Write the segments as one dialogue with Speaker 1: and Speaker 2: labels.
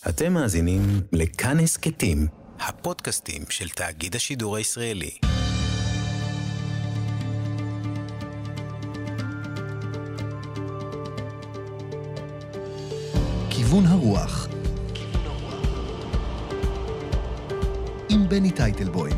Speaker 1: אתם מאזינים לכאן הסכתים, הפודקאסטים של תאגיד השידור הישראלי.
Speaker 2: כיוון הרוח עם בני טייטלבוים.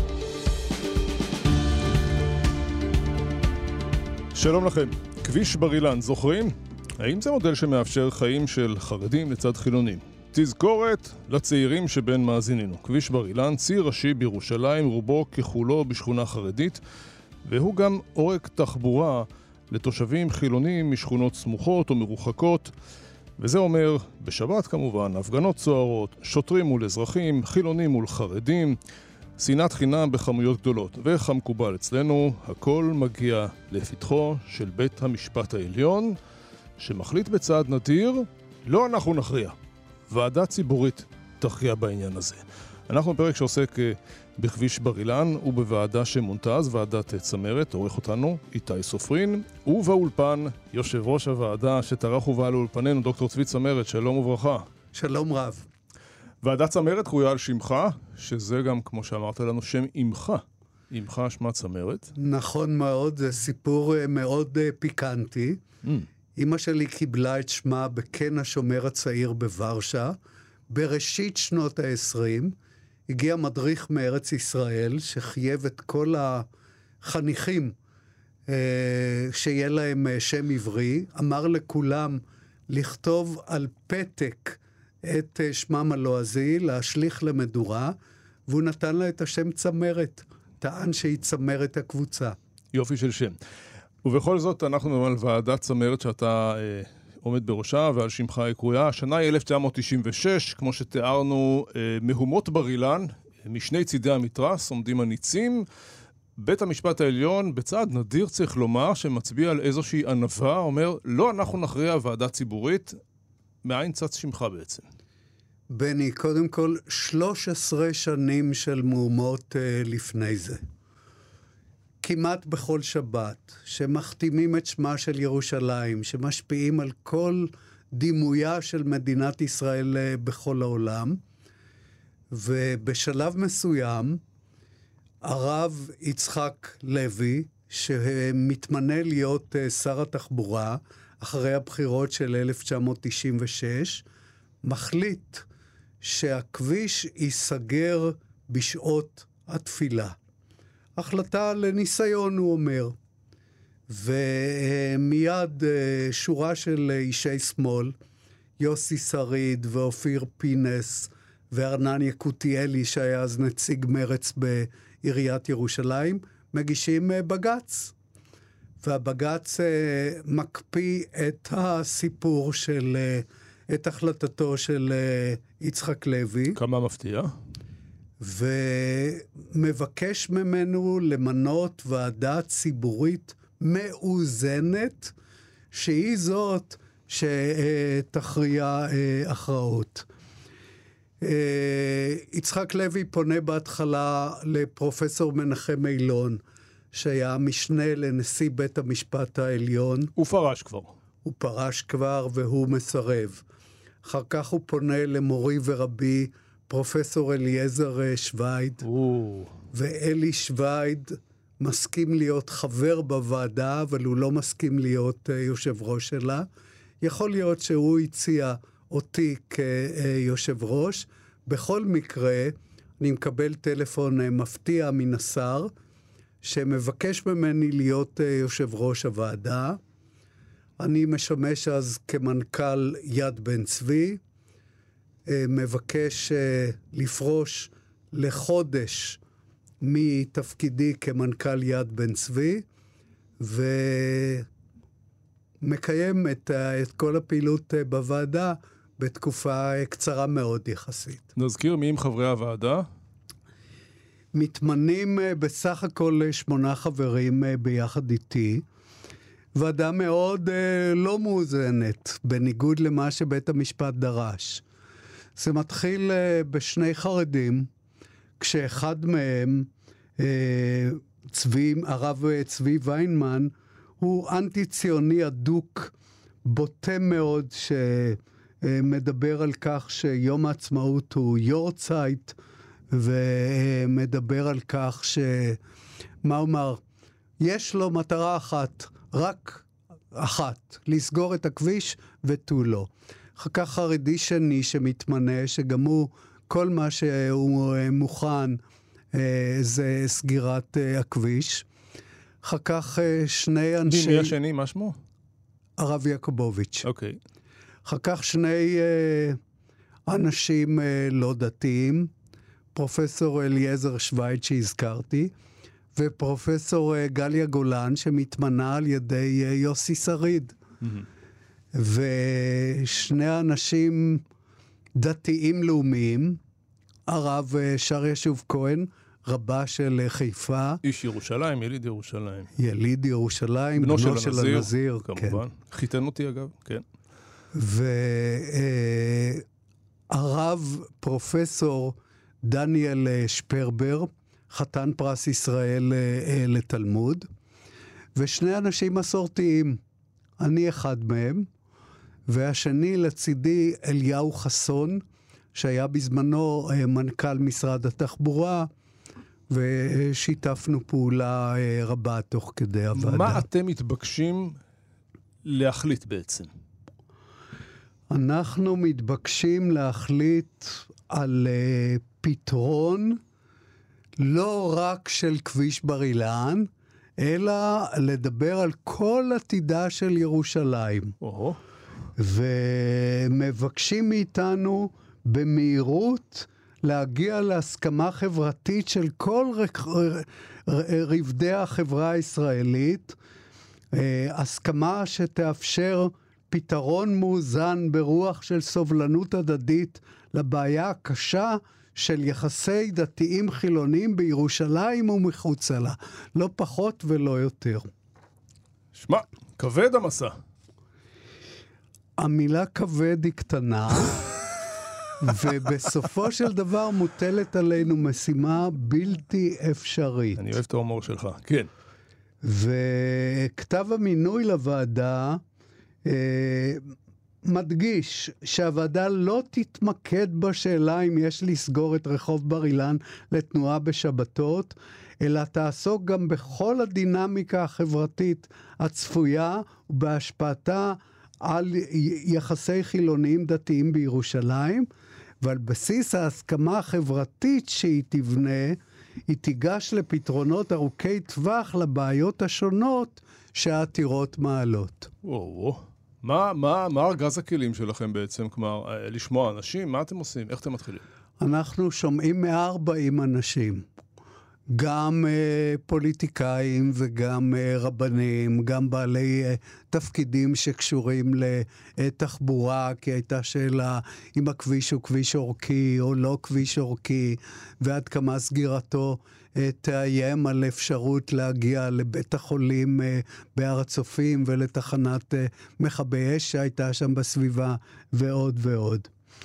Speaker 3: שלום לכם. כביש בר אילן, זוכרים? האם זה מודל שמאפשר חיים של חרדים לצד חילונים? תזכורת לצעירים שבין מאזינינו. כביש בר אילן, ציר ראשי בירושלים, רובו ככולו בשכונה חרדית, והוא גם עורק תחבורה לתושבים חילונים משכונות סמוכות או מרוחקות, וזה אומר, בשבת כמובן, הפגנות סוערות, שוטרים מול אזרחים, חילונים מול חרדים, שנאת חינם בכמויות גדולות. וכמקובל אצלנו, הכל מגיע לפתחו של בית המשפט העליון, שמחליט בצעד נדיר, לא אנחנו נכריע. ועדה ציבורית תכריע בעניין הזה. אנחנו בפרק שעוסק בכביש בר אילן ובוועדה שמונתה אז, ועדת צמרת, עורך אותנו איתי סופרין, ובאולפן יושב ראש הוועדה שטרח ובא לאולפנינו, דוקטור צבי צמרת, שלום וברכה.
Speaker 4: שלום רב.
Speaker 3: ועדת צמרת קרויה על שמך, שזה גם, כמו שאמרת לנו, שם אמך. אמך שמה צמרת.
Speaker 4: נכון מאוד, זה סיפור מאוד פיקנטי. אמא שלי קיבלה את שמה בכן השומר הצעיר בוורשה. בראשית שנות ה-20 הגיע מדריך מארץ ישראל שחייב את כל החניכים שיהיה להם שם עברי. אמר לכולם לכתוב על פתק את שמם הלועזי, להשליך למדורה, והוא נתן לה את השם צמרת. טען שהיא צמרת הקבוצה.
Speaker 3: יופי של שם. ובכל זאת אנחנו מדברים על ועדת צמרת שאתה עומד בראשה ועל שמך קרויה. השנה היא 1996, כמו שתיארנו, מהומות בר אילן, משני צידי המתרס עומדים הניצים. בית המשפט העליון בצעד נדיר צריך לומר שמצביע על איזושהי ענווה, אומר לא אנחנו נכריע ועדה ציבורית. מאין צץ שמך בעצם?
Speaker 4: בני, קודם כל 13 שנים של מהומות לפני זה. כמעט בכל שבת, שמחתימים את שמה של ירושלים, שמשפיעים על כל דימויה של מדינת ישראל בכל העולם, ובשלב מסוים, הרב יצחק לוי, שמתמנה להיות שר התחבורה, אחרי הבחירות של 1996, מחליט שהכביש ייסגר בשעות התפילה. החלטה לניסיון, הוא אומר. ומיד שורה של אישי שמאל, יוסי שריד ואופיר פינס וארנן יקותיאלי, שהיה אז נציג מרץ בעיריית ירושלים, מגישים בגץ. והבגץ מקפיא את הסיפור של, את החלטתו של יצחק לוי.
Speaker 3: כמה מפתיע?
Speaker 4: ומבקש ממנו למנות ועדה ציבורית מאוזנת, שהיא זאת שתכריע הכרעות. יצחק לוי פונה בהתחלה לפרופסור מנחם אילון, שהיה משנה לנשיא בית המשפט העליון.
Speaker 3: הוא פרש כבר.
Speaker 4: הוא פרש כבר והוא מסרב. אחר כך הוא פונה למורי ורבי, פרופסור אליעזר שוויד, ואלי שוויד מסכים להיות חבר בוועדה, אבל הוא לא מסכים להיות יושב ראש שלה. יכול להיות שהוא הציע אותי כיושב ראש. בכל מקרה, אני מקבל טלפון מפתיע מן השר, שמבקש ממני להיות יושב ראש הוועדה. אני משמש אז כמנכ"ל יד בן צבי, מבקש לפרוש לחודש מתפקידי כמנכ"ל יד בן צבי, ומקיים את כל הפעילות בוועדה בתקופה קצרה מאוד יחסית.
Speaker 3: נזכיר מי עם חברי הוועדה?
Speaker 4: מתמנים בסך הכל 8 חברים ביחד איתי, ועדה מאוד לא מאוזנת, בניגוד למה שבית המשפט דרש. זה מתחיל בשני חרדים, כשאחד מהם, הרב צבי ויינמן, הוא אנטי-ציוני אדוק, בוטה מאוד מדבר על כך שיום העצמאות הוא יורצייט, ומדבר על כך מה אומר, יש לו מטרה אחת, רק אחת, לסגור את הכביש ותו לא. אחר כך חרדי שני שמתמנה, שגם הוא, כל מה שהוא מוכן זה סגירת הכביש. אחר כך שני אנשי...
Speaker 3: מי השני, מה שמו?
Speaker 4: הרב יעקובוביץ'.
Speaker 3: אוקיי.
Speaker 4: אחר כך שני אנשים לא דתיים, פרופסור אליעזר שווייד שהזכרתי, ופרופסור גליה גולן שמתמנה על ידי יוסי שריד. ושני אנשים דתיים לאומיים, הרב שר ישוב כהן, רבה של חיפה.
Speaker 3: איש ירושלים, יליד ירושלים.
Speaker 4: יליד ירושלים, בנו של הנזיר.
Speaker 3: כמובן. חיתן אותי אגב, כן.
Speaker 4: והרב פרופסור דניאל שפרבר, חתן פרס ישראל לתלמוד, ושני אנשים מסורתיים. אני אחד מהם, והשני לצידי אליהו חסון, שהיה בזמנו מנכ"ל משרד התחבורה, ושיתפנו פעולה רבה תוך כדי הוועדה.
Speaker 3: מה אתם מתבקשים להחליט בעצם?
Speaker 4: אנחנו מתבקשים להחליט על פתרון לא רק של כביש בר אילן, אלא לדבר על כל עתידה של ירושלים. ומבקשים מאיתנו במהירות להגיע להסכמה חברתית של כל רבדי החברה הישראלית, הסכמה שתאפשר פתרון מאוזן ברוח של סובלנות הדדית לבעיה הקשה של יחסי דתיים חילונים בירושלים ומחוצה לה. לא פחות ולא יותר.
Speaker 3: שמע, כבד המסע.
Speaker 4: המילה כבד היא קטנה, ובסופו של דבר מוטלת עלינו משימה בלתי אפשרית.
Speaker 3: אני אוהב את ההומור שלך, כן.
Speaker 4: וכתב המינוי לוועדה מדגיש שהוועדה לא תתמקד בשאלה אם יש לסגור את רחוב בר אילן לתנועה בשבתות, אלא תעסוק גם בכל הדינמיקה החברתית הצפויה ובהשפעתה על יחסי חילוניים דתיים בירושלים, ועל בסיס ההסכמה החברתית שהיא תבנה, היא תיגש לפתרונות ארוכי טווח לבעיות השונות שהעתירות מעלות.
Speaker 3: מה ארגז הכלים שלכם בעצם? כלומר, לשמוע אנשים? מה אתם עושים? איך אתם מתחילים?
Speaker 4: אנחנו שומעים 140 אנשים. גם פוליטיקאים וגם רבנים, גם בעלי תפקידים שקשורים לתחבורה, כי הייתה שאלה אם הכביש הוא כביש אורכי או לא כביש אורכי, ועד כמה סגירתו תאיים על אפשרות להגיע לבית החולים בהר הצופים ולתחנת מכבי אש שהייתה שם בסביבה ועוד ועוד.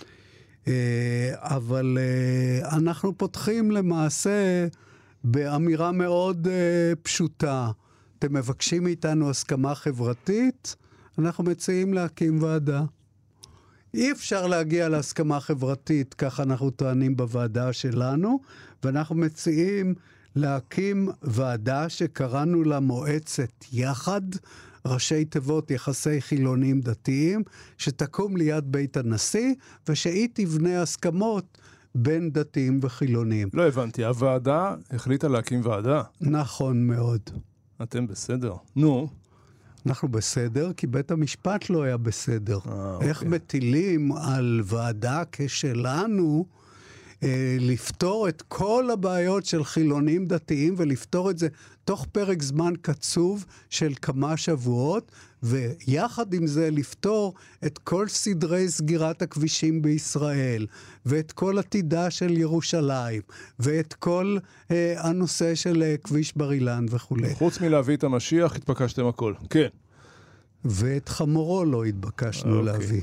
Speaker 4: אבל אנחנו פותחים למעשה באמירה מאוד פשוטה. אתם מבקשים מאיתנו הסכמה חברתית, אנחנו מציעים להקים ועדה. אי אפשר להגיע להסכמה חברתית, כך אנחנו טוענים בוועדה שלנו, ואנחנו מציעים להקים ועדה שקראנו לה מועצת יחד, ראשי תיבות יחסי חילונים דתיים, שתקום ליד בית הנשיא, ושהיא תבנה הסכמות בין דתיים וחילונים.
Speaker 3: לא הבנתי, הוועדה החליטה להקים ועדה?
Speaker 4: נכון מאוד.
Speaker 3: אתם בסדר. נו.
Speaker 4: אנחנו בסדר, כי בית המשפט לא היה בסדר. איך מטילים על ועדה כשלנו לפתור את כל הבעיות של חילונים דתיים, ולפתור את זה תוך פרק זמן קצוב של כמה שבועות, ויחד עם זה לפתור את כל סדרי סגירת הכבישים בישראל, ואת כל עתידה של ירושלים, ואת כל הנושא של כביש בר אילן וכו'.
Speaker 3: חוץ מלהביא את המשיח, התבקשתם הכל. כן.
Speaker 4: ואת חמורו לא התבקשנו להביא.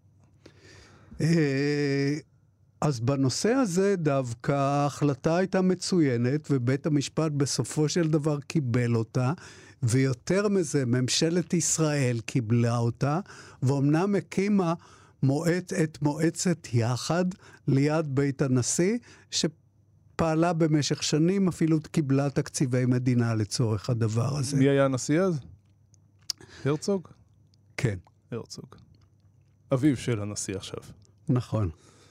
Speaker 4: אז בנושא הזה דווקא ההחלטה הייתה מצוינת, ובית המשפט בסופו של דבר קיבל אותה, ויותר מזה, ממשלת ישראל קיבלה אותה, ואומנם הקימה את מועצת יחד ליד בית הנשיא, שפעלה במשך שנים, אפילו קיבלה תקציבי מדינה לצורך הדבר הזה.
Speaker 3: מי היה הנשיא אז? הרצוג?
Speaker 4: כן.
Speaker 3: הרצוג. אביו של הנשיא עכשיו.
Speaker 4: נכון.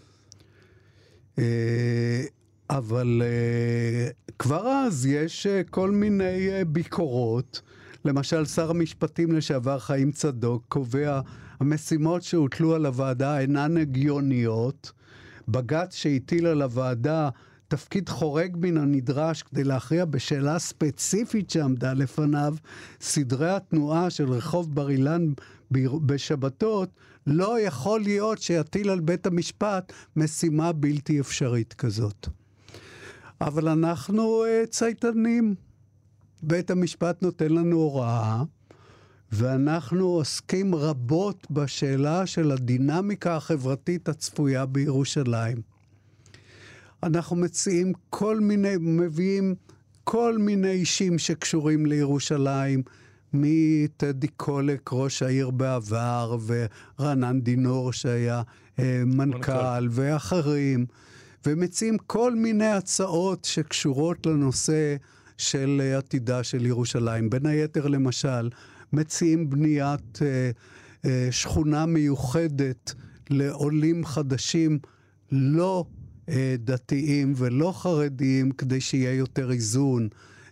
Speaker 4: אבל כבר אז יש כל מיני ביקורות. למשל, שר המשפטים לשעבר חיים צדוק קובע, המשימות שהוטלו על הוועדה אינן הגיוניות. בג"ץ שהטיל על הוועדה תפקיד חורג מן הנדרש כדי להכריע בשאלה ספציפית שעמדה לפניו, סדרי התנועה של רחוב בר אילן בשבתות, לא יכול להיות שיטיל על בית המשפט משימה בלתי אפשרית כזאת. אבל אנחנו צייתנים. בית המשפט נותן לנו הוראה, ואנחנו עוסקים רבות בשאלה של הדינמיקה החברתית הצפויה בירושלים. אנחנו מביאים כל מיני אישים שקשורים לירושלים, מטדי קולק, ראש העיר בעבר, ורענן דינור שהיה מנכ"ל, ואחרים, ומציעים כל מיני הצעות שקשורות לנושא של עתידה של ירושלים. בין היתר, למשל, מציעים בניית שכונה מיוחדת לעולים חדשים, לא דתיים ולא חרדיים, כדי שיהיה יותר איזון.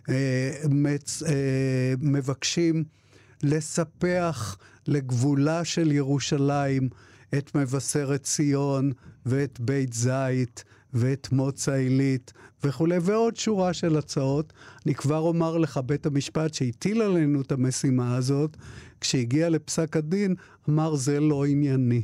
Speaker 4: מבקשים לספח לגבולה של ירושלים את מבשרת ציון ואת בית זית ואת מוצא עילית וכו', ועוד שורה של הצעות. אני כבר אומר לך, בית המשפט שהטיל עלינו את המשימה הזאת, כשהגיע לפסק הדין, אמר זה לא ענייני.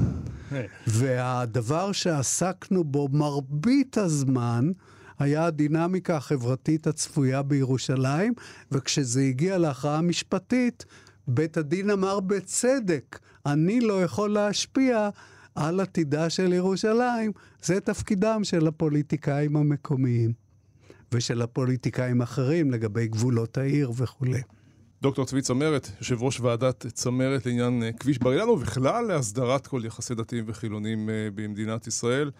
Speaker 4: והדבר שעסקנו בו מרבית הזמן היה הדינמיקה החברתית הצפויה בירושלים, וכשזה הגיע להכרעה משפטית, בית הדין אמר בצדק, אני לא יכול להשפיע על עתידה של ירושלים. זה תפקידם של הפוליטיקאים המקומיים, ושל הפוליטיקאים האחרים לגבי גבולות העיר וכו'.
Speaker 3: דוקטור צבי צמרת, יושב ראש ועדת צמרת לעניין כביש בר אילן, ובכלל להסדרת כל יחסי דתיים וחילונים במדינת ישראל.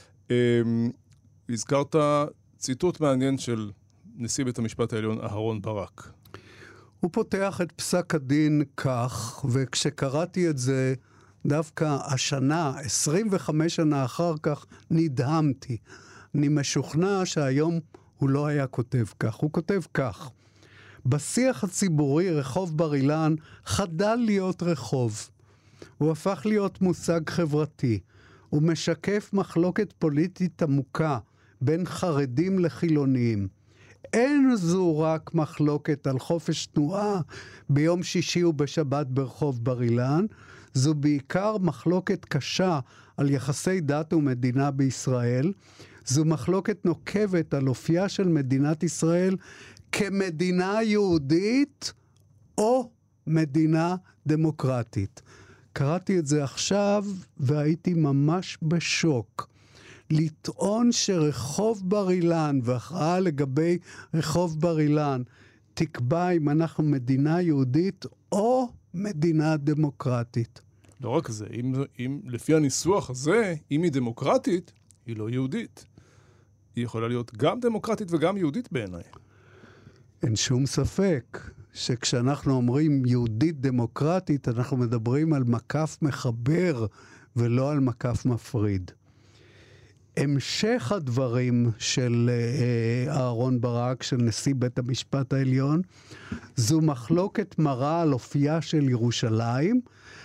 Speaker 3: הזכרת ציטוט מעניין של נשיא בית המשפט העליון אהרון ברק.
Speaker 4: הוא פותח את פסק הדין כך, וכשקראתי את זה דווקא השנה, 25 שנה אחר כך, נדהמתי. אני משוכנע שהיום הוא לא היה כותב כך. הוא כותב כך: בשיח הציבורי רחוב בר אילן חדל להיות רחוב. הוא הפך להיות מושג חברתי. הוא משקף מחלוקת פוליטית עמוקה בין חרדים לחילוניים. אין זו רק מחלוקת על חופש תנועה ביום שישי ובשבת ברחוב בר אילן, זו בעיקר מחלוקת קשה על יחסי דת ומדינה בישראל. זו מחלוקת נוקבת על אופייה של מדינת ישראל כמדינה יהודית או מדינה דמוקרטית. קראתי את זה עכשיו והייתי ממש בשוק. לטעון שרחוב בר אילן והכרעה לגבי רחוב בר אילן תקבע אם אנחנו מדינה יהודית או מדינה דמוקרטית.
Speaker 3: לא רק זה, אם לפי הניסוח הזה, אם היא דמוקרטית, היא לא יהודית. היא יכולה להיות גם דמוקרטית וגם יהודית בעיניי.
Speaker 4: אין שום ספק שכשאנחנו אומרים יהודית דמוקרטית, אנחנו מדברים על מקף מחבר ולא על מקף מפריד. המשך הדברים של אהרון ברק, של נשיא בית המשפט העליון, זו מחלוקת מרה על אופייה של ירושלים.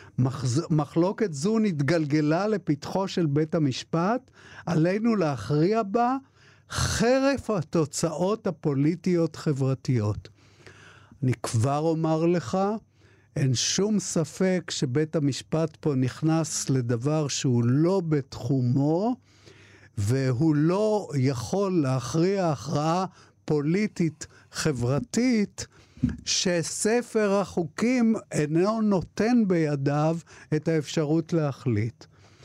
Speaker 4: מחלוקת זו נתגלגלה לפתחו של בית המשפט, עלינו להכריע בה חרף התוצאות הפוליטיות חברתיות. אני כבר אומר לך, אין שום ספק שבית המשפט פה נכנס לדבר שהוא לא בתחומו, והוא לא יכול להכריע הכרעה פוליטית חברתית שספר החוקים אינו נותן בידיו את האפשרות להחליט.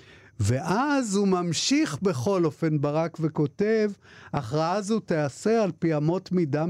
Speaker 4: ואז הוא ממשיך בכל אופן ברק וכותב, הכרעה זו תעשה על פי אמות מידה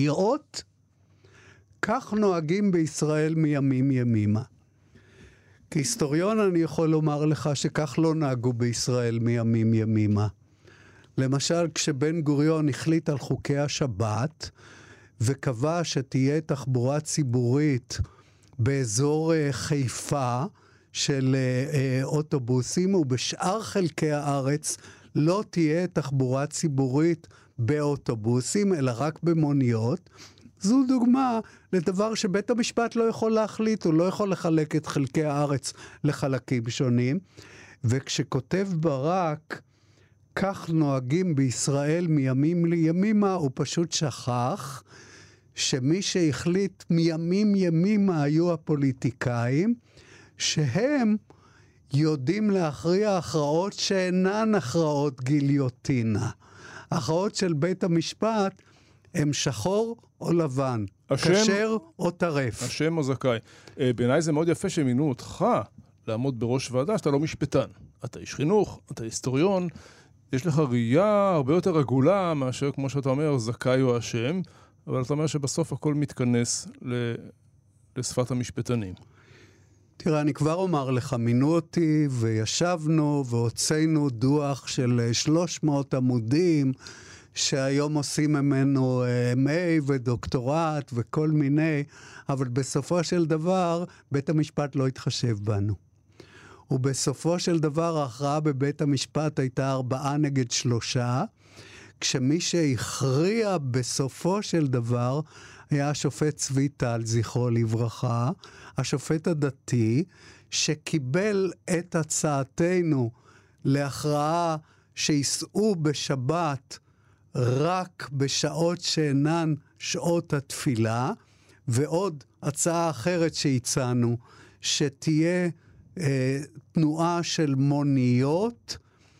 Speaker 4: משפטיות, כך נוהגים בישראל מימים ימימה. כהיסטוריון אני יכול לומר לך שכך לא נהגו בישראל מימים ימימה. למשל, כשבן גוריון החליט על חוקי השבת, וקבע שתהיה תחבורה ציבורית באזור חיפה של אוטובוסים, ובשאר חלקי הארץ לא תהיה תחבורה ציבורית באוטובוסים, אלא רק במוניות, זו דוגמה לדבר שבית המשפט לא יכול להחליט, הוא לא יכול לחלק את חלקי הארץ לחלקים שונים. וכשכותב ברק, כך נוהגים בישראל מימים לימימה, הוא פשוט שכח שמי שהחליט מימים ימימה היו הפוליטיקאים, שהם יודעים להכריע הכרעות שאינן הכרעות גיליוטינה. הכרעות של בית המשפט הם שחור או לבן, כשר או טרף.
Speaker 3: השם או זכאי. בעיניי זה מאוד יפה שמינו אותך לעמוד בראש ועדה, שאתה לא משפטן. אתה איש חינוך, אתה היסטוריון, יש לך ראייה הרבה יותר רגולה מאשר, כמו שאתה אומר, זכאי או השם, אבל אתה אומר שבסוף הכל מתכנס לשפת המשפטנים.
Speaker 4: תראה, אני כבר אומר לך, מינו אותי וישבנו והוצאנו דוח של 300 עמודים, שהיום עושים ממנו MA ודוקטורט וכל מיני, אבל בסופו של דבר בית המשפט לא התחשב בנו. ובסופו של דבר ההכרעה בבית המשפט הייתה 4-3, כשמי שהכריע בסופו של דבר היה השופט צבי טל, זכרו לברכה, השופט הדתי, שקיבל את הצעתנו להכרעה שיסעו בשבת רק בשעות שאינן שעות התפילה, ועוד הצעה אחרת שהצענו, שתהיה תנועה של מוניות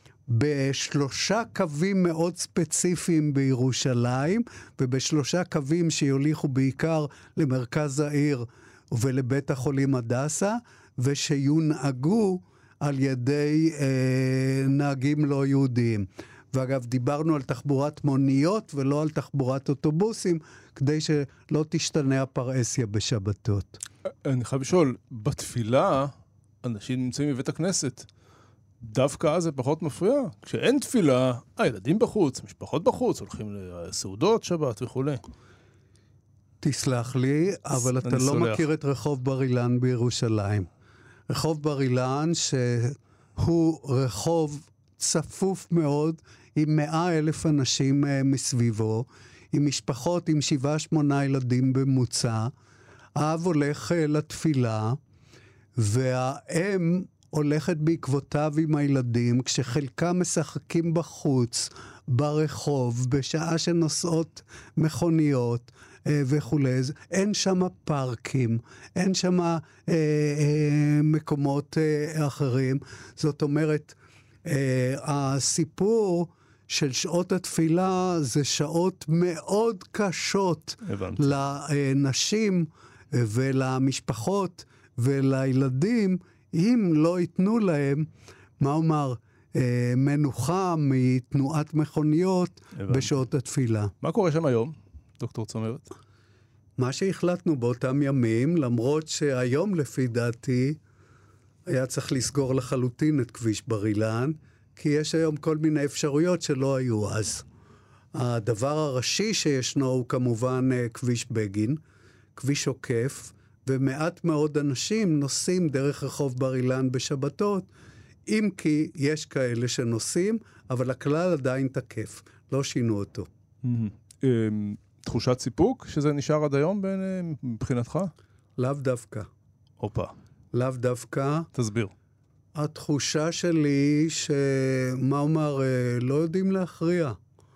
Speaker 4: ב3 קווים מאוד ספציפיים בירושלים, וב3 קווים שיוליכו בעיקר למרכז העיר ולבית החולים הדסה, ושיונהגו על ידי נהגים לא יהודיים. ואגב, דיברנו על תחבורת מוניות ולא על תחבורת אוטובוסים, כדי שלא תשתנה הפרהסיה בשבתות.
Speaker 3: אני חייב לשאול, בתפילה אנשים נמצאים בבית הכנסת. דווקא אז זה פחות מפריע. כשאין תפילה, הילדים בחוץ, משפחות בחוץ, הולכים לסעודות, שבת וכו'.
Speaker 4: תסלח לי, אבל אתה לא מכיר את רחוב בר אילן בירושלים. רחוב בר אילן שהוא רחוב צפוף מאוד, עם 100,000 אנשים מסביבו, עם משפחות עם 7-8 ילדים במוצא, האב הולך לתפילה, והאם הולכת בעקבותיו עם הילדים, כשחלקם משחקים בחוץ, ברחוב, בשעה שנוסעות מכוניות וכו'. אין שם פארקים, אין שם מקומות אחרים. זאת אומרת, הסיפור של שעות התפילה זה שעות מאוד קשות.
Speaker 3: הבנתי.
Speaker 4: לנשים ולמשפחות ולילדים, אם לא ייתנו להם, מה אומר, מנוחה מתנועת מכוניות בשעות התפילה.
Speaker 3: מה קורה שם היום, דוקטור צמרת?
Speaker 4: מה שהחלטנו באותם ימים, למרות שהיום לפי דעתי היה צריך לסגור לחלוטין את כביש בר אילן, כי יש היום כל מיני אפשרויות שלא היו אז. הדבר הראשי שישנו הוא כמובן כביש בגין, כביש עוקף, ומעט מאוד אנשים נוסעים דרך רחוב בר אילן בשבתות, אם כי יש כאלה שנוסעים, אבל הכלל עדיין תקף, לא שינו אותו.
Speaker 3: תחושת סיפוק שזה נשאר עד היום מבחינתך?
Speaker 4: לאו דווקא.
Speaker 3: אופה.
Speaker 4: לאו דווקא.
Speaker 3: תסביר.
Speaker 4: התחושה שלי שמה אומר, לא יודעים להכריע.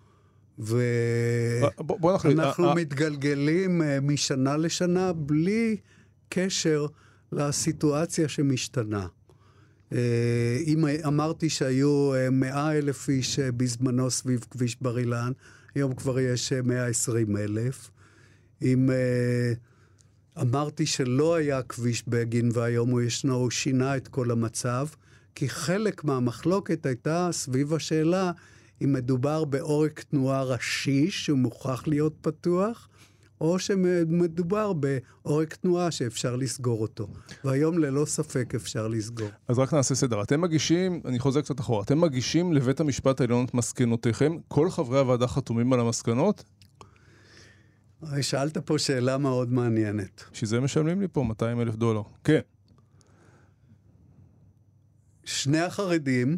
Speaker 4: ואנחנו מתגלגלים משנה לשנה בלי קשר לסיטואציה שמשתנה. אם אמרתי שהיו 100,000 איש בזמנו סביב כביש בר אילן, היום כבר יש 120,000. אם אמרתי שלא היה כביש בגין והיום הוא ישנו, הוא שינה את כל המצב, כי חלק מהמחלוקת הייתה סביב השאלה אם מדובר בעורק תנועה ראשי שהוא מוכרח להיות פתוח, או שמדובר בעורק תנועה שאפשר לסגור אותו. והיום ללא ספק אפשר לסגור.
Speaker 3: אז רק נעשה סדר. אתם מגישים, אני חוזר קצת אחורה, אתם מגישים לבית המשפט העליון את מסקנותיכם, כל חברי הוועדה חתומים על המסקנות?
Speaker 4: שאלת פה שאלה מאוד מעניינת.
Speaker 3: שזה משלמים לי פה $200,000. כן.
Speaker 4: שני החרדים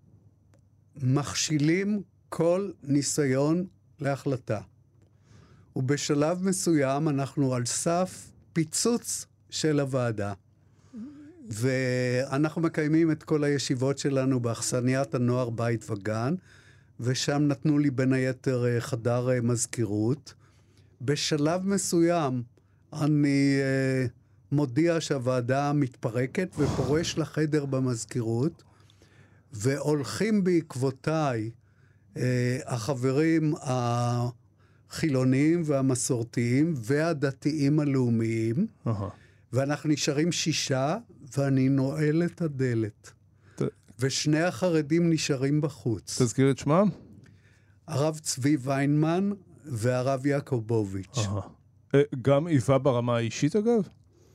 Speaker 4: מכשילים כל ניסיון להחלטה. ובשלב מסוים אנחנו על סף פיצוץ של הוועדה. ואנחנו מקיימים את כל הישיבות שלנו באכסניית הנוער בית וגן, ושם נתנו לי בין היתר חדר מזכירות. בשלב מסוים אני מודיע שהוועדה מתפרקת ופורש לחדר במזכירות, והולכים בעקבותיי החברים החילוניים והמסורתיים והדתיים הלאומיים, ואנחנו נשארים 6, ואני נועל את הדלת. ושני החרדים נשארים בחוץ.
Speaker 3: תזכיר את שמם?
Speaker 4: הרב צבי ויינמן והרב יעקובוביץ'.
Speaker 3: גם איבה ברמה האישית אגב?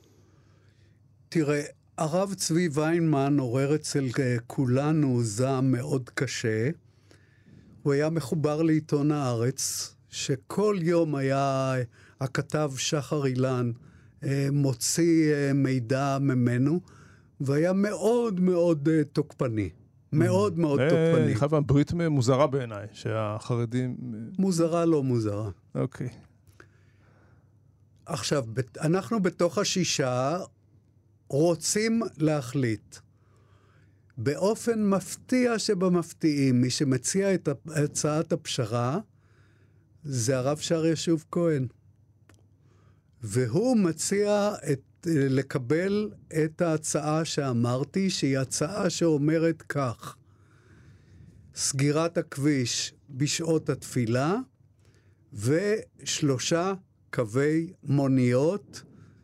Speaker 4: תראה, הרב צבי ויינמן עורר אצל כולנו זעם מאוד קשה. הוא היה מחובר לעיתון הארץ, שכל יום היה הכתב שחר אילן מוציא מידע ממנו, והיה מאוד מאוד תוקפני. מאוד מאוד תוקפני.
Speaker 3: חייב ברית מוזרה בעיניי, שהחרדים...
Speaker 4: מוזרה לא מוזרה.
Speaker 3: אוקיי.
Speaker 4: עכשיו, אנחנו בתוך 6 רוצים להחליט. באופן מפתיע שבמפתיעים, מי שמציע את הצעת הפשרה, זה הרב שער ישוב כהן. והוא מציע לקבל את ההצעה שאמרתי, שהיא הצעה שאומרת כך: סגירת הכביש בשעות התפילה, ו3 קווי מוניות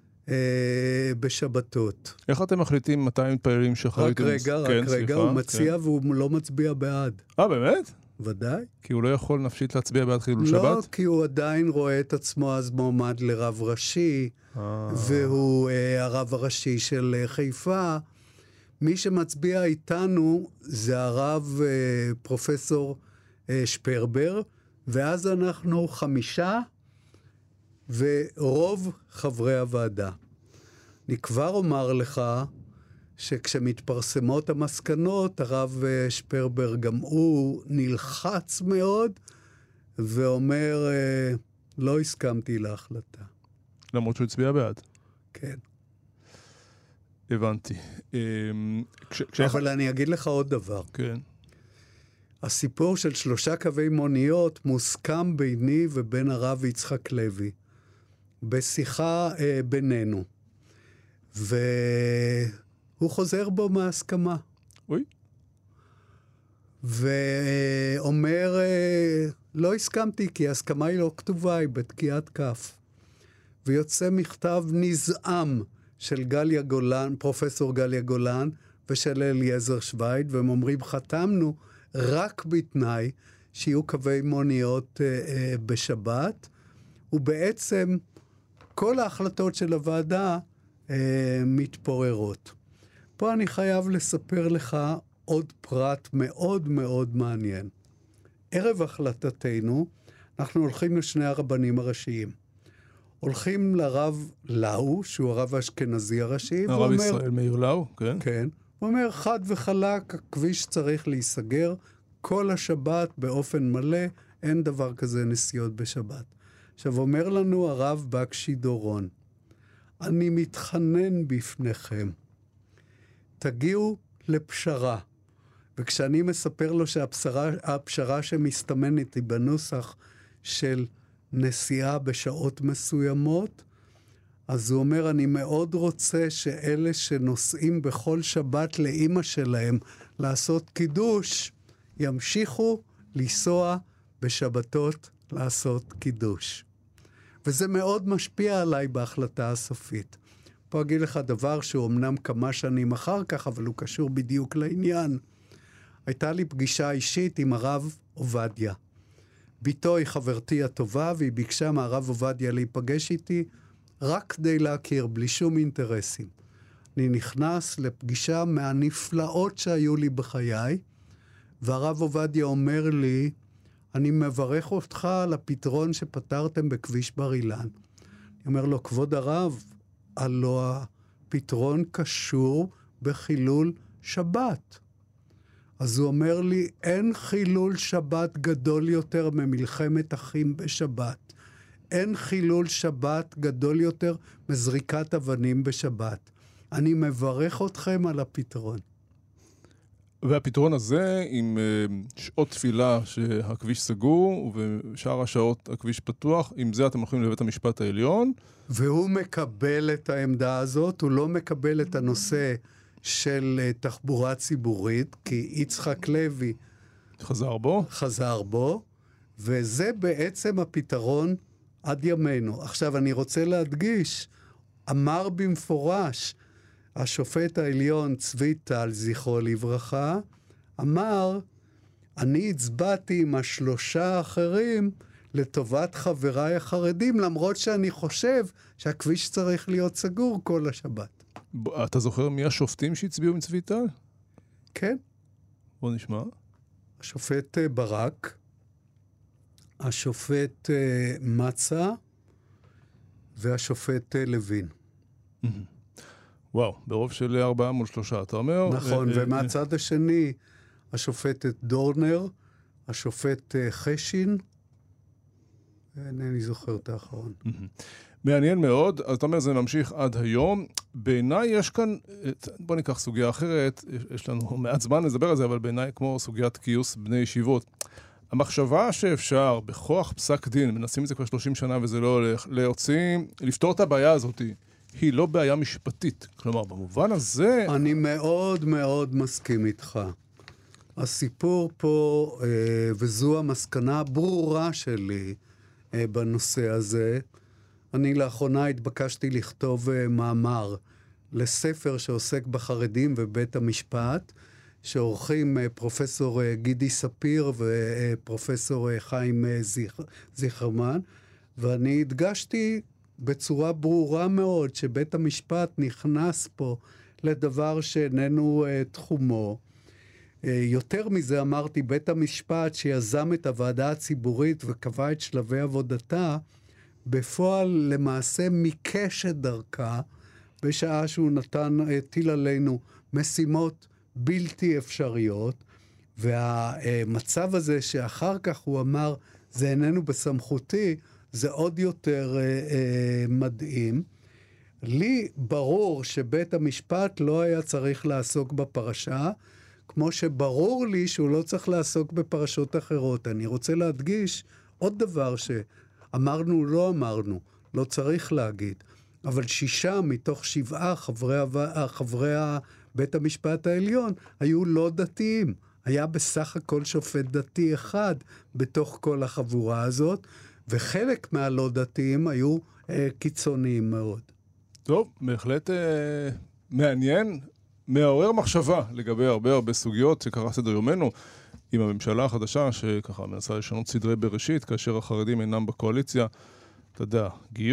Speaker 4: בשבתות.
Speaker 3: איך אתם מחליטים מתי מתפללים שחרית?
Speaker 4: רק רגע, הוא מציע והוא לא מצביע בעד.
Speaker 3: באמת?
Speaker 4: ודאי.
Speaker 3: כי הוא לא יכול נפשית להצביע בעד חילול שבת?
Speaker 4: לא, כי הוא עדיין רואה את עצמו אז מועמד לרב ראשי, והוא הרב הראשי של חיפה. מי שמצביע איתנו זה הרב פרופסור שפרבר, ואז אנחנו 5 ורוב חברי הוועדה. אני כבר אומר לך שכשמתפרסמות המסקנות, הרב שפרבר גם הוא נלחץ מאוד, ואומר, לא הסכמתי להחלטה.
Speaker 3: למרות שהוא הצביע בעד.
Speaker 4: כן.
Speaker 3: הבנתי.
Speaker 4: אבל אני אגיד לך עוד דבר.
Speaker 3: כן.
Speaker 4: הסיפור של 3 קווי מוניות מוסכם ביני ובין הרב יצחק לוי, בשיחה בינינו. והוא חוזר בו מההסכמה.
Speaker 3: אוי.
Speaker 4: ואומר, לא הסכמתי, כי ההסכמה היא לא כתובה, היא בתקיעת כף. ויוצא מכתב נזעם של גליה גולן, פרופסור גליה גולן, ושל אליעזר שווייד, והם אומרים, חתמנו רק בתנאי שיהיו קווי מוניות בשבת, ובעצם כל ההחלטות של הוועדה מתפוררות. פה אני חייב לספר לך עוד פרט מאוד מאוד מעניין. ערב החלטתנו, אנחנו הולכים לשני הרבנים הראשיים. הולכים לרב לאו, שהוא הרב האשכנזי הראשי.
Speaker 3: הרב ישראל מאיר לאו, כן.
Speaker 4: כן. הוא אומר, חד וחלק, הכביש צריך להיסגר כל השבת באופן מלא, אין דבר כזה נסיעות בשבת. עכשיו, אומר לנו הרב בקשי דורון, אני מתחנן בפניכם, תגיעו לפשרה. וכשאני מספר לו שהפשרה שמסתמנת היא בנוסח של נסיעה בשעות מסוימות, אז הוא אומר, אני מאוד רוצה שאלה שנוסעים בכל שבת לאמא שלהם לעשות קידוש, ימשיכו לנסוע בשבתות לעשות קידוש. וזה מאוד משפיע עליי בהחלטה הסופית. פה אגיד לך דבר שהוא אמנם כמה שנים אחר כך, אבל הוא קשור בדיוק לעניין. הייתה לי פגישה אישית עם הרב עובדיה, ביתו היא חברתי הטובה, והיא ביקשה מהרב עובדיה להיפגש איתי, רק כדי להכיר, בלי שום אינטרסים. אני נכנס לפגישה מהנפלאות שהיו לי בחיי, והרב עובדיה אומר לי, אני מברך אותך על הפתרון שפתרתם בכביש בר אילן. אני אומר לו, כבוד הרב, הלא הפתרון קשור בחילול שבת. אז הוא אומר לי, אין חילול שבת גדול יותר ממלחמת אחים בשבת. אין חילול שבת גדול יותר מזריקת אבנים בשבת. אני מברך אתכם על הפתרון.
Speaker 3: והפתרון הזה, עם שעות תפילה שהכביש סגור, ושאר השעות הכביש פתוח, עם זה אתם הולכים לבית המשפט העליון.
Speaker 4: והוא מקבל את העמדה הזאת, הוא לא מקבל את הנושא של תחבורה ציבורית, כי יצחק לוי חזר בו, וזה בעצם הפתרון עד ימינו. עכשיו אני רוצה להדגיש, אמר במפורש, השופט העליון צבי טל, זכרו לברכה, אמר, אני הצבעתי עם 3 האחרים לטובת חבריי החרדים, למרות שאני חושב שהכביש צריך להיות סגור כל השבת.
Speaker 3: אתה זוכר מי השופטים שהצביעו עם צבי טל?
Speaker 4: כן.
Speaker 3: בוא נשמע.
Speaker 4: השופט ברק, השופט מצה, והשופט לוין.
Speaker 3: וואו, ברוב של 4 מול 3, אתה אומר?
Speaker 4: נכון, ומהצד השני, השופטת דורנר, השופט חשין, אינני זוכר את האחרון.
Speaker 3: מעניין מאוד, אז אתה אומר, זה ממשיך עד היום. בעיניי יש כאן, בוא ניקח סוגיה אחרת, יש לנו מעט זמן לדבר על זה, אבל בעיניי כמו סוגיית גיוס בני ישיבות. המחשבה שאפשר, בכוח פסק דין, מנסים את זה כבר 30 שנה וזה לא הולך, לפתור את הבעיה הזאת, היא לא בעיה משפטית. כלומר, במובן הזה...
Speaker 4: אני מאוד מאוד מסכים איתך. הסיפור פה, וזו המסקנה הברורה שלי בנושא הזה, אני לאחרונה התבקשתי לכתוב מאמר לספר שעוסק בחרדים ובית המשפט, שעורכים פרופסור גידי ספיר ופרופסור חיים זיכרמן, ואני הדגשתי בצורה ברורה מאוד שבית המשפט נכנס פה לדבר שאיננו תחומו. יותר מזה אמרתי, בית המשפט שיזם את הוועדה הציבורית וקבע את שלבי עבודתה, בפועל למעשה מיקש את דרכה, בשעה שהוא הטיל עלינו משימות בלתי אפשריות, והמצב הזה שאחר כך הוא אמר, זה איננו בסמכותי, זה עוד יותר מדהים. לי ברור שבית המשפט לא היה צריך לעסוק בפרשה, כמו שברור לי שהוא לא צריך לעסוק בפרשות אחרות. אני רוצה להדגיש עוד דבר שאמרנו, לא צריך להגיד. אבל 6 מתוך 7 חברי בית המשפט העליון היו לא דתיים. היה בסך הכל שופט דתי אחד בתוך כל החבורה הזאת, וחלק מהלא דתיים היו קיצוניים מאוד.
Speaker 3: טוב, בהחלט מעניין, מעורר מחשבה לגבי הרבה סוגיות שקרה סדר יומנו עם הממשלה החדשה, שככה מנסה לשנות סדרי בראשית, כאשר החרדים אינם בקואליציה. אתה יודע,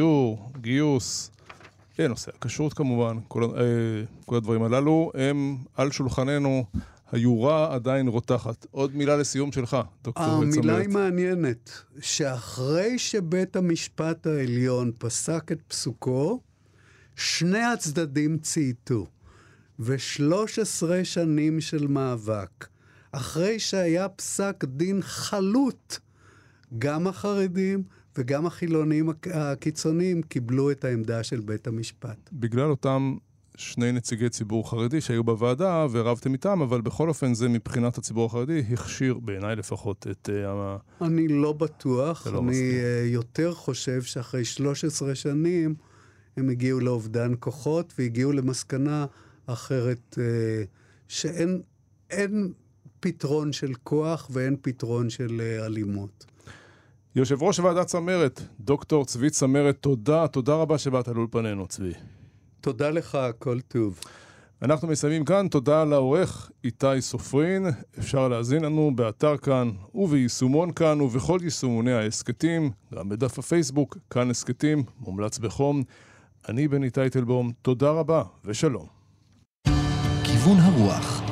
Speaker 3: גיוס, נושא הכשרות כמובן, כל הדברים הללו הם על שולחננו, היורה עדיין רותחת. עוד מילה לסיום שלך, דוקטור צמרת.
Speaker 4: המילה היא מעניינת, שאחרי שבית המשפט העליון פסק את פסוקו, 2 הצדדים צייתו, ו13 שנים של מאבק. אחרי שהיה פסק דין חלוט, גם החרדים וגם החילונים הקיצוניים קיבלו את העמדה של בית המשפט.
Speaker 3: בגלל אותם 2 נציגי ציבור חרדי שהיו בוועדה ורבתם איתם, אבל בכל אופן זה מבחינת הציבור החרדי הכשיר בעיניי לפחות את...
Speaker 4: אני לא בטוח, אני יותר חושב שאחרי 13 שנים הם הגיעו לאובדן כוחות והגיעו למסקנה אחרת שאין פתרון של כוח ואין פתרון של אלימות.
Speaker 3: יושב ראש ועדת צמרת, דוקטור צבי צמרת, תודה רבה שבאת לאולפנינו, צבי.
Speaker 4: תודה לך, כל טוב.
Speaker 3: אנחנו מסיימים כאן, תודה לעורך איתי סופרין. אפשר להזין לנו באתר כאן וביישומון כאן ובכל יישומוני העסקתים, גם בדף הפייסבוק, כאן עסקתים, מומלץ בחום. אני בני טייטלבום, תודה רבה ושלום.
Speaker 2: כיוון הרוח